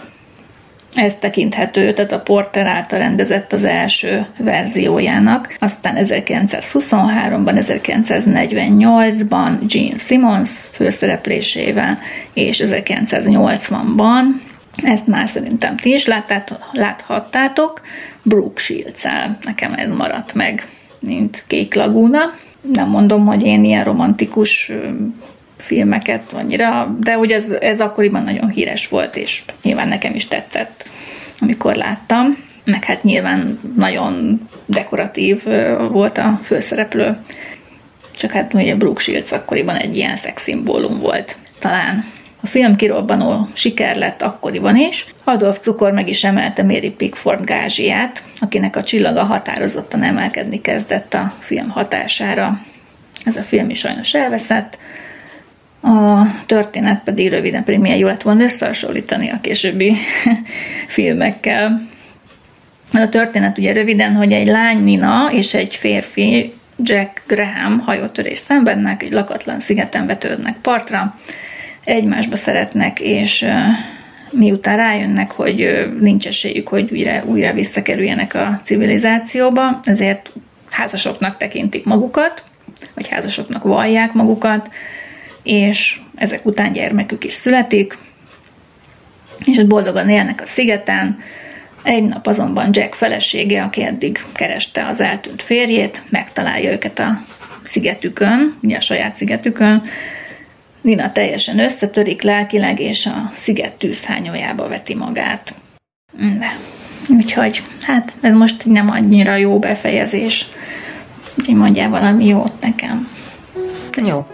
Ez tekinthető, tehát a Porter által rendezett az első verziójának. Aztán ezerkilencszázhuszonháromban, ezerkilencszáznegyvennyolcban Gene Simmons főszereplésével, és ezerkilencszáznyolcvanban, ezt már szerintem ti is láthattátok, Brooke Shields-el. Nekem ez maradt meg, mint Kék Lagúna. Nem mondom, hogy én ilyen romantikus filmeket annyira, de hogy ez, ez akkoriban nagyon híres volt, és nyilván nekem is tetszett, amikor láttam. Meg hát nyilván nagyon dekoratív volt a főszereplő. Csak hát ugye Brooke Shields akkoriban egy ilyen szexszimbólum volt talán. A film kirobbanó siker lett akkoriban is. Adolf Cukor meg is emelte Mary Pickford gázsiját, akinek a csillaga határozottan emelkedni kezdett a film hatására. Ez a film is sajnos elveszett. A történet pedig röviden, pedig milyen jó lett volna összehasonlítani a későbbi filmekkel. A történet ugye röviden, hogy egy lány Nina és egy férfi Jack Graham hajótörés szenvednek, egy lakatlan szigeten vetődnek partra, egymásba szeretnek, és miután rájönnek, hogy nincs esélyük, hogy újra, újra visszakerüljenek a civilizációba, ezért házasoknak tekintik magukat, vagy házasoknak vallják magukat, és ezek után gyermekük is születik, és ott boldogan élnek a szigeten. Egy nap azonban Jack felesége, aki eddig kereste az eltűnt férjét, megtalálja őket a szigetükön, ugye a saját szigetükön. Nina teljesen összetörik lelkileg, és a sziget tűzhányójába veti magát. De, úgyhogy, hát ez most nem annyira jó befejezés. Úgyhogy mondjál valami jót nekem. Jó.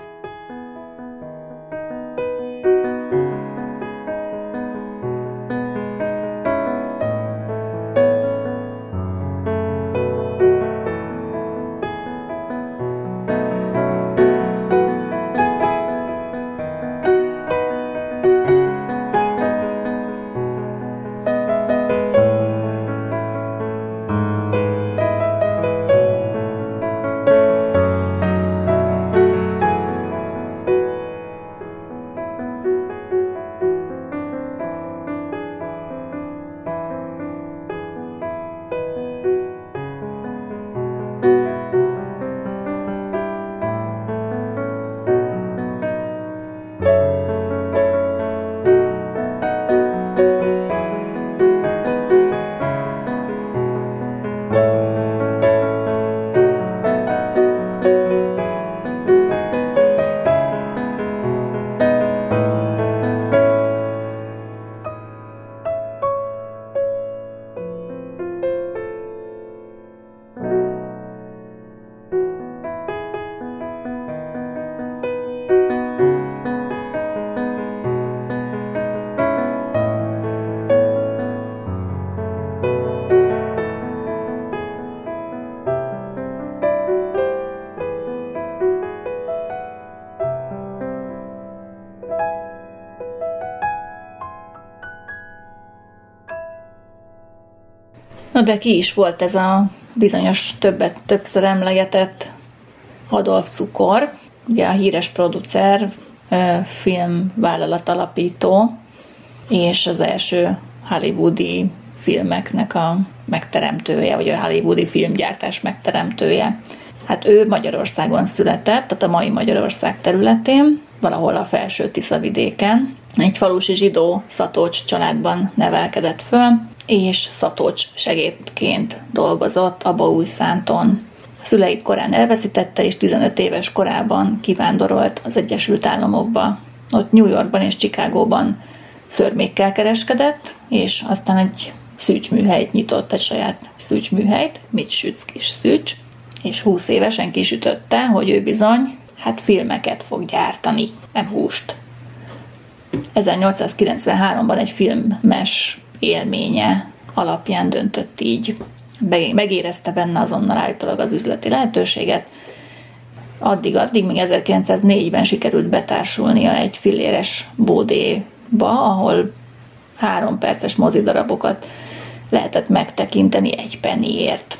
Na de ki is volt ez a bizonyos többet, többször emlegetett Adolf Cukor, ugye a híres producer, filmvállalat alapító, és az első hollywoodi filmeknek a megteremtője, vagy a hollywoodi filmgyártás megteremtője. Hát ő Magyarországon született, tehát a mai Magyarország területén, valahol a Felső Tiszavidéken. Egy falusi zsidó Szatócs családban nevelkedett föl, és Szatócs segédként dolgozott a Baújszánton. A szüleit korán elveszítette, és tizenöt éves korában kivándorolt az Egyesült Államokba. Ott New Yorkban és Chicagóban szörmékkel kereskedett, és aztán egy szűcsműhelyt nyitott, egy saját szűcsműhelyt, mit sütsz kis szűcs, és húsz évesen kisütötte, hogy ő bizony, hát filmeket fog gyártani, nem húst. ezernyolcszázkilencvenháromban egy filmes élménye alapján döntött így. Megérezte benne azonnal állítólag az üzleti lehetőséget. Addig-addig, még ezerkilencszáznégyben sikerült betársulnia egy filléres bódéba, ahol három perces mozidarabokat lehetett megtekinteni egy pennyért.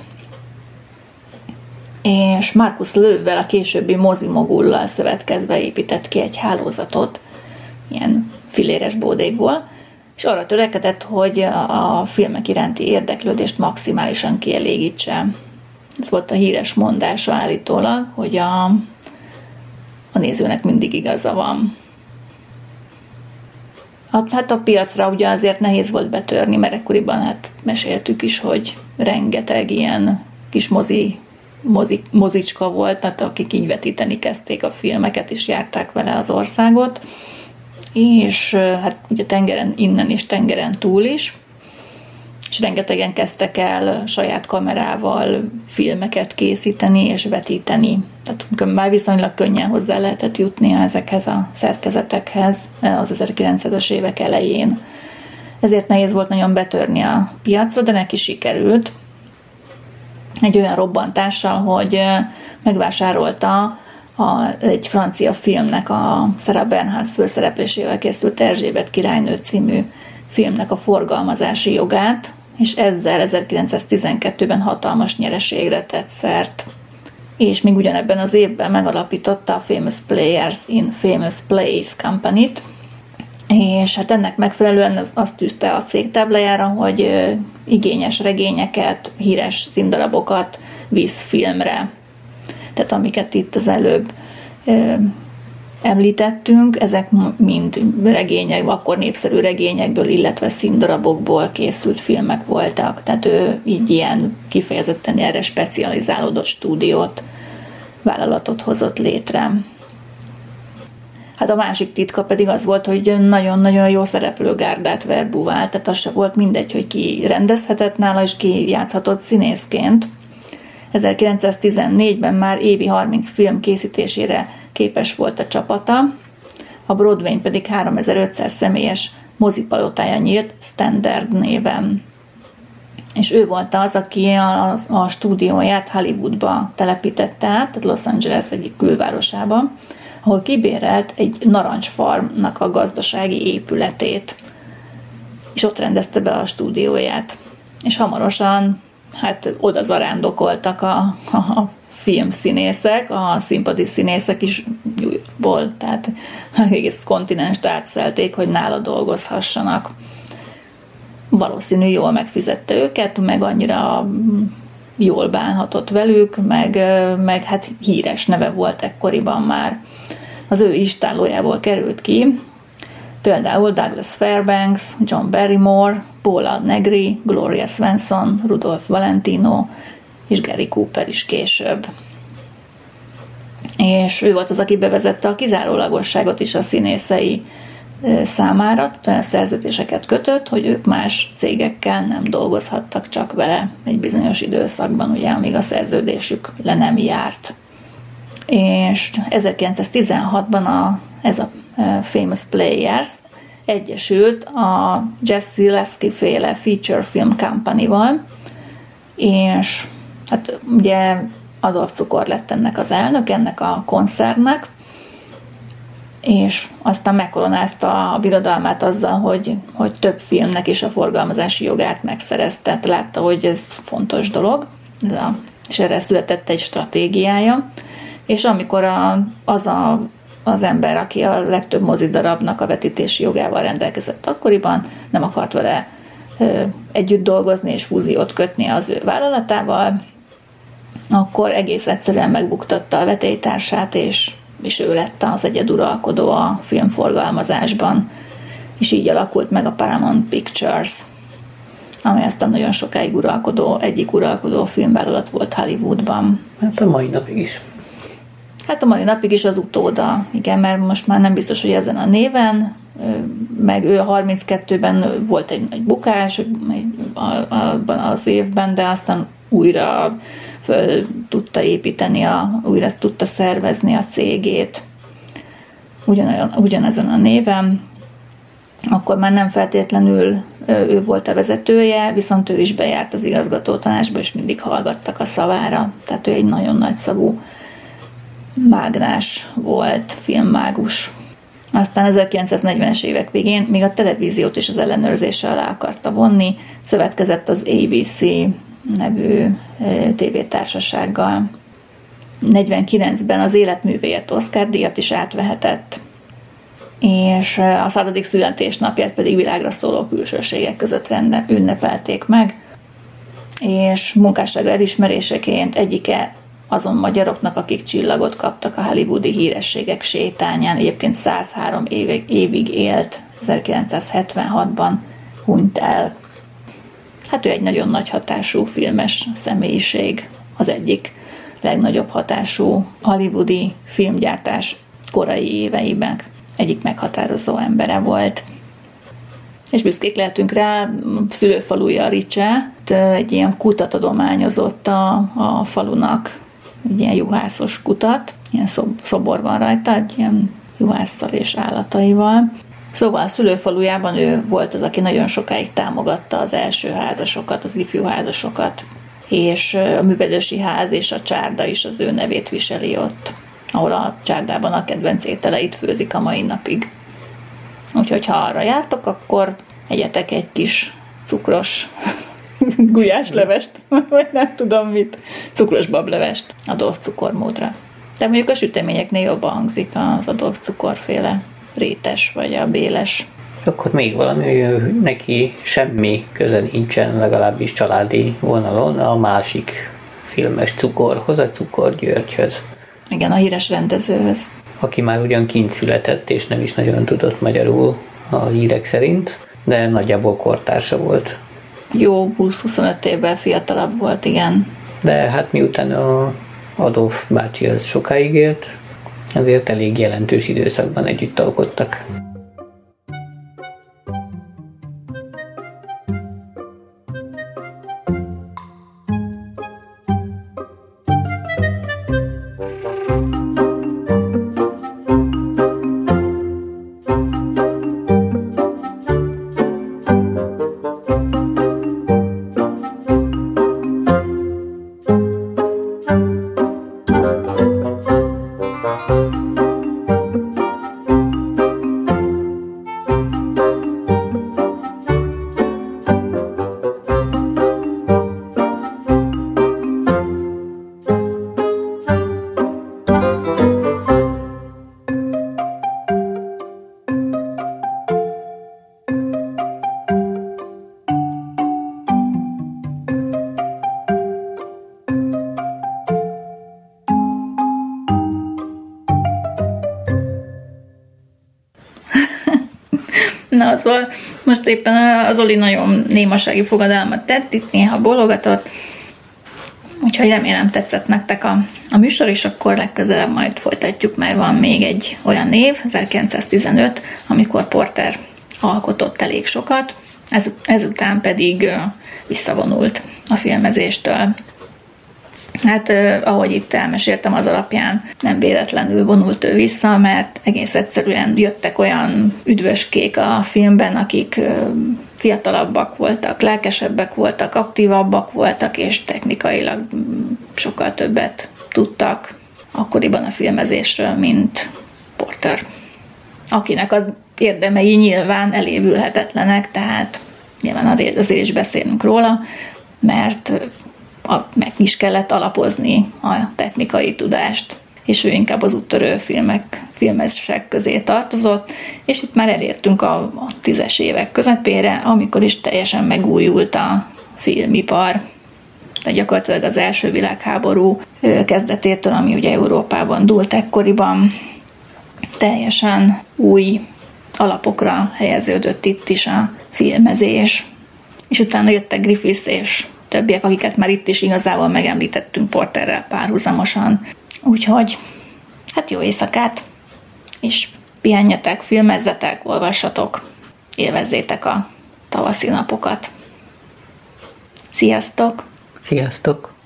És Markus Löwvel, a későbbi mozimogullal szövetkezve épített ki egy hálózatot ilyen filléres bódékból, és arra törekedett, hogy a filmek iránti érdeklődést maximálisan kielégítse. Ez volt a híres mondása állítólag, hogy a, a nézőnek mindig igaza van. A, hát a piacra ugye azért nehéz volt betörni, mert ekkoriban hát meséltük is, hogy rengeteg ilyen kis mozi, mozi, mozicska volt, tehát akik így vetíteni kezdték a filmeket, és járták vele az országot, és hát ugye tengeren innen és tengeren túl is, és rengetegen kezdtek el saját kamerával filmeket készíteni és vetíteni. Tehát már viszonylag könnyen hozzá lehetett jutni ezekhez a szerkezetekhez az ezerkilencszázas évek elején. Ezért nehéz volt nagyon betörni a piacra, de neki sikerült. Egy olyan robbantással, hogy megvásárolta a, egy francia filmnek, a Sarah Bernhardt főszereplésével készült Erzsébet királynő című filmnek a forgalmazási jogát, és ezzel ezerkilencszáztizenkettőben hatalmas nyereségre tett szert. És még ugyanebben az évben megalapította a Famous Players in Famous Plays Company-t, és hát ennek megfelelően azt tűzte a cég táblájára, hogy igényes regényeket, híres színdarabokat visz filmre. Tehát amiket itt az előbb említettünk, ezek mind regények, akkor népszerű regényekből, illetve színdarabokból készült filmek voltak. Tehát ő így ilyen kifejezetten erre specializálódott stúdiót, vállalatot hozott létre. Hát a másik titka pedig az volt, hogy nagyon-nagyon jó szereplőgárdát verbuvált, tehát az se volt mindegy, hogy ki rendezhetett nála, és ki játszhatott színészként. ezerkilencszáztizennégyben már évi harminc film készítésére képes volt a csapata, a Broadwayn pedig háromezer-ötszáz személyes mozipalotája nyílt Standard néven. És ő volt az, aki a, a stúdióját Hollywoodba telepítette át, tehát Los Angeles egyik külvárosába, ahol kibérelt egy narancsfarmnak a gazdasági épületét. És ott rendezte be a stúdióját. És hamarosan hát oda zarándokoltak a, a, a filmszínészek, a színpadi színészek is New Yorkból, tehát egész kontinenst átszelték, hogy nála dolgozhassanak. Valószínű jól megfizette őket, meg annyira jól bánhatott velük, meg, meg hát híres neve volt ekkoriban már. Az ő istállójából került ki például Douglas Fairbanks, John Barrymore, Paula Negri, Gloria Swanson, Rudolph Valentino és Gary Cooper is később. És ő volt az, aki bevezette a kizárólagosságot is a színészei számára, olyan szerződéseket kötött, hogy ők más cégekkel nem dolgozhattak csak vele egy bizonyos időszakban, ugye, amíg a szerződésük le nem járt. És ezerkilencszáztizenhatban a, ez a Famous Players egyesült a Jesse Lasky féle Feature Film Company-val, és hát ugye Adolf Cukor lett ennek az elnök, ennek a koncernnek, és aztán megkoronázta a birodalmát azzal, hogy, hogy több filmnek is a forgalmazási jogát megszerezte. Tehát látta, hogy ez fontos dolog, ez a, és erre született egy stratégiája. És amikor a, az a, az ember, aki a legtöbb mozidarabnak a vetítési jogával rendelkezett akkoriban, nem akart vele ö, együtt dolgozni és fúziót kötni az ő vállalatával, akkor egész egyszerűen megbuktatta a vetélytársát, és, és ő lett az egyeduralkodó a filmforgalmazásban, és így alakult meg a Paramount Pictures, ami aztán nagyon sokáig uralkodó, egyik uralkodó filmvállalat volt Hollywoodban. Hát a mai napig is. Hát a mai napig is az utóda, igen, mert most már nem biztos, hogy ezen a néven, meg ő harminckettőben volt egy nagy bukás abban az évben, de aztán újra föl tudta építeni, a, újra tudta szervezni a cégét ugyan, ugyanezen a néven. Akkor már nem feltétlenül ő volt a vezetője, viszont ő is bejárt az igazgatótanácsba, és mindig hallgattak a szavára. Tehát ő egy nagyon nagyszavú mágnás volt, filmmágus. Aztán ezerkilencszáznegyvenes évek végén még a televíziót is az ellenőrzése alá akarta vonni, szövetkezett az á bé cé nevű tévétársasággal. negyvenkilencben az életművéért Oscar-díjat is átvehetett, és a századik születésnapját pedig világra szóló külsőségek között rende, ünnepelték meg, és munkássága elismeréseként egyike azon magyaroknak, akik csillagot kaptak a hollywoodi hírességek sétányán. Egyébként százhárom évig, évig élt, ezerkilencszázhetvenhatban hunyt el. Hát ő egy nagyon nagy hatású filmes személyiség, az egyik legnagyobb hatású hollywoodi filmgyártás korai éveiben egyik meghatározó embere volt. És büszkék lehetünk rá, szülőfaluja Ricse, egy ilyen kutat adományozott a, a falunak, egy ilyen juhászos kutat, ilyen szob, szobor van rajta, egy ilyen juhásszal és állataival. Szóval a szülőfalujában ő volt az, aki nagyon sokáig támogatta az első házasokat, az ifjú házasokat, és a művelősi ház és a csárda is az ő nevét viseli ott, ahol a csárdában a kedvenc ételeit főzik a mai napig. Úgyhogy ha arra jártok, akkor egyetek egy kis cukros gulyáslevest, vagy nem tudom mit, cukros bablevest Adolf cukormódra. De mondjuk a süteményeknél jobban hangzik az Adolf cukorféle rétes, vagy a béles. Akkor még valami, hogy neki semmi köze nincsen, legalábbis családi vonalon a másik filmes cukorhoz, a Cukor Györgyhöz. Igen, a híres rendezőhöz. Aki már ugyan kint született, és nem is nagyon tudott magyarul a hírek szerint, de nagyjából kortársa volt. Jó, húsz-huszonöt évvel fiatalabb volt, igen. De hát miután a Adolf bácsi az sokáig élt, azért elég jelentős időszakban együtt alkottak. Na, szóval most éppen az Oli nagyon némasági fogadalmat tett, itt néha bologatott, úgyhogy remélem tetszett nektek a, a műsor, és akkor legközelebb majd folytatjuk, mert van még egy olyan név, ezerkilencszáztizenöt, amikor Porter alkotott elég sokat, ez, ezután pedig visszavonult a filmezéstől. Hát, eh, ahogy itt elmeséltem, az alapján nem véletlenül vonult ő vissza, mert egész egyszerűen jöttek olyan üdvöskék a filmben, akik eh, fiatalabbak voltak, lelkesebbek voltak, aktívabbak voltak, és technikailag sokkal többet tudtak akkoriban a filmezésről, mint Porter. akinek az érdemei nyilván elévülhetetlenek, tehát nyilván azért is beszélünk róla, mert a, meg is kellett alapozni a technikai tudást, és ő inkább az úttörő filmek, filmesek közé tartozott, és itt már elértünk a, a tízes évek közepére, amikor is teljesen megújult a filmipar. Tehát gyakorlatilag az első világháború kezdetétől, ami ugye Európában dúlt ekkoriban, teljesen új alapokra helyeződött itt is a filmezés, és utána jöttek Griffiths és többiek, akiket már itt is igazából megemlítettünk Porterrel párhuzamosan. Úgyhogy hát jó éjszakát, és pihenjetek, filmezzetek, olvassatok, élvezzétek a tavaszi napokat. Sziasztok! Sziasztok!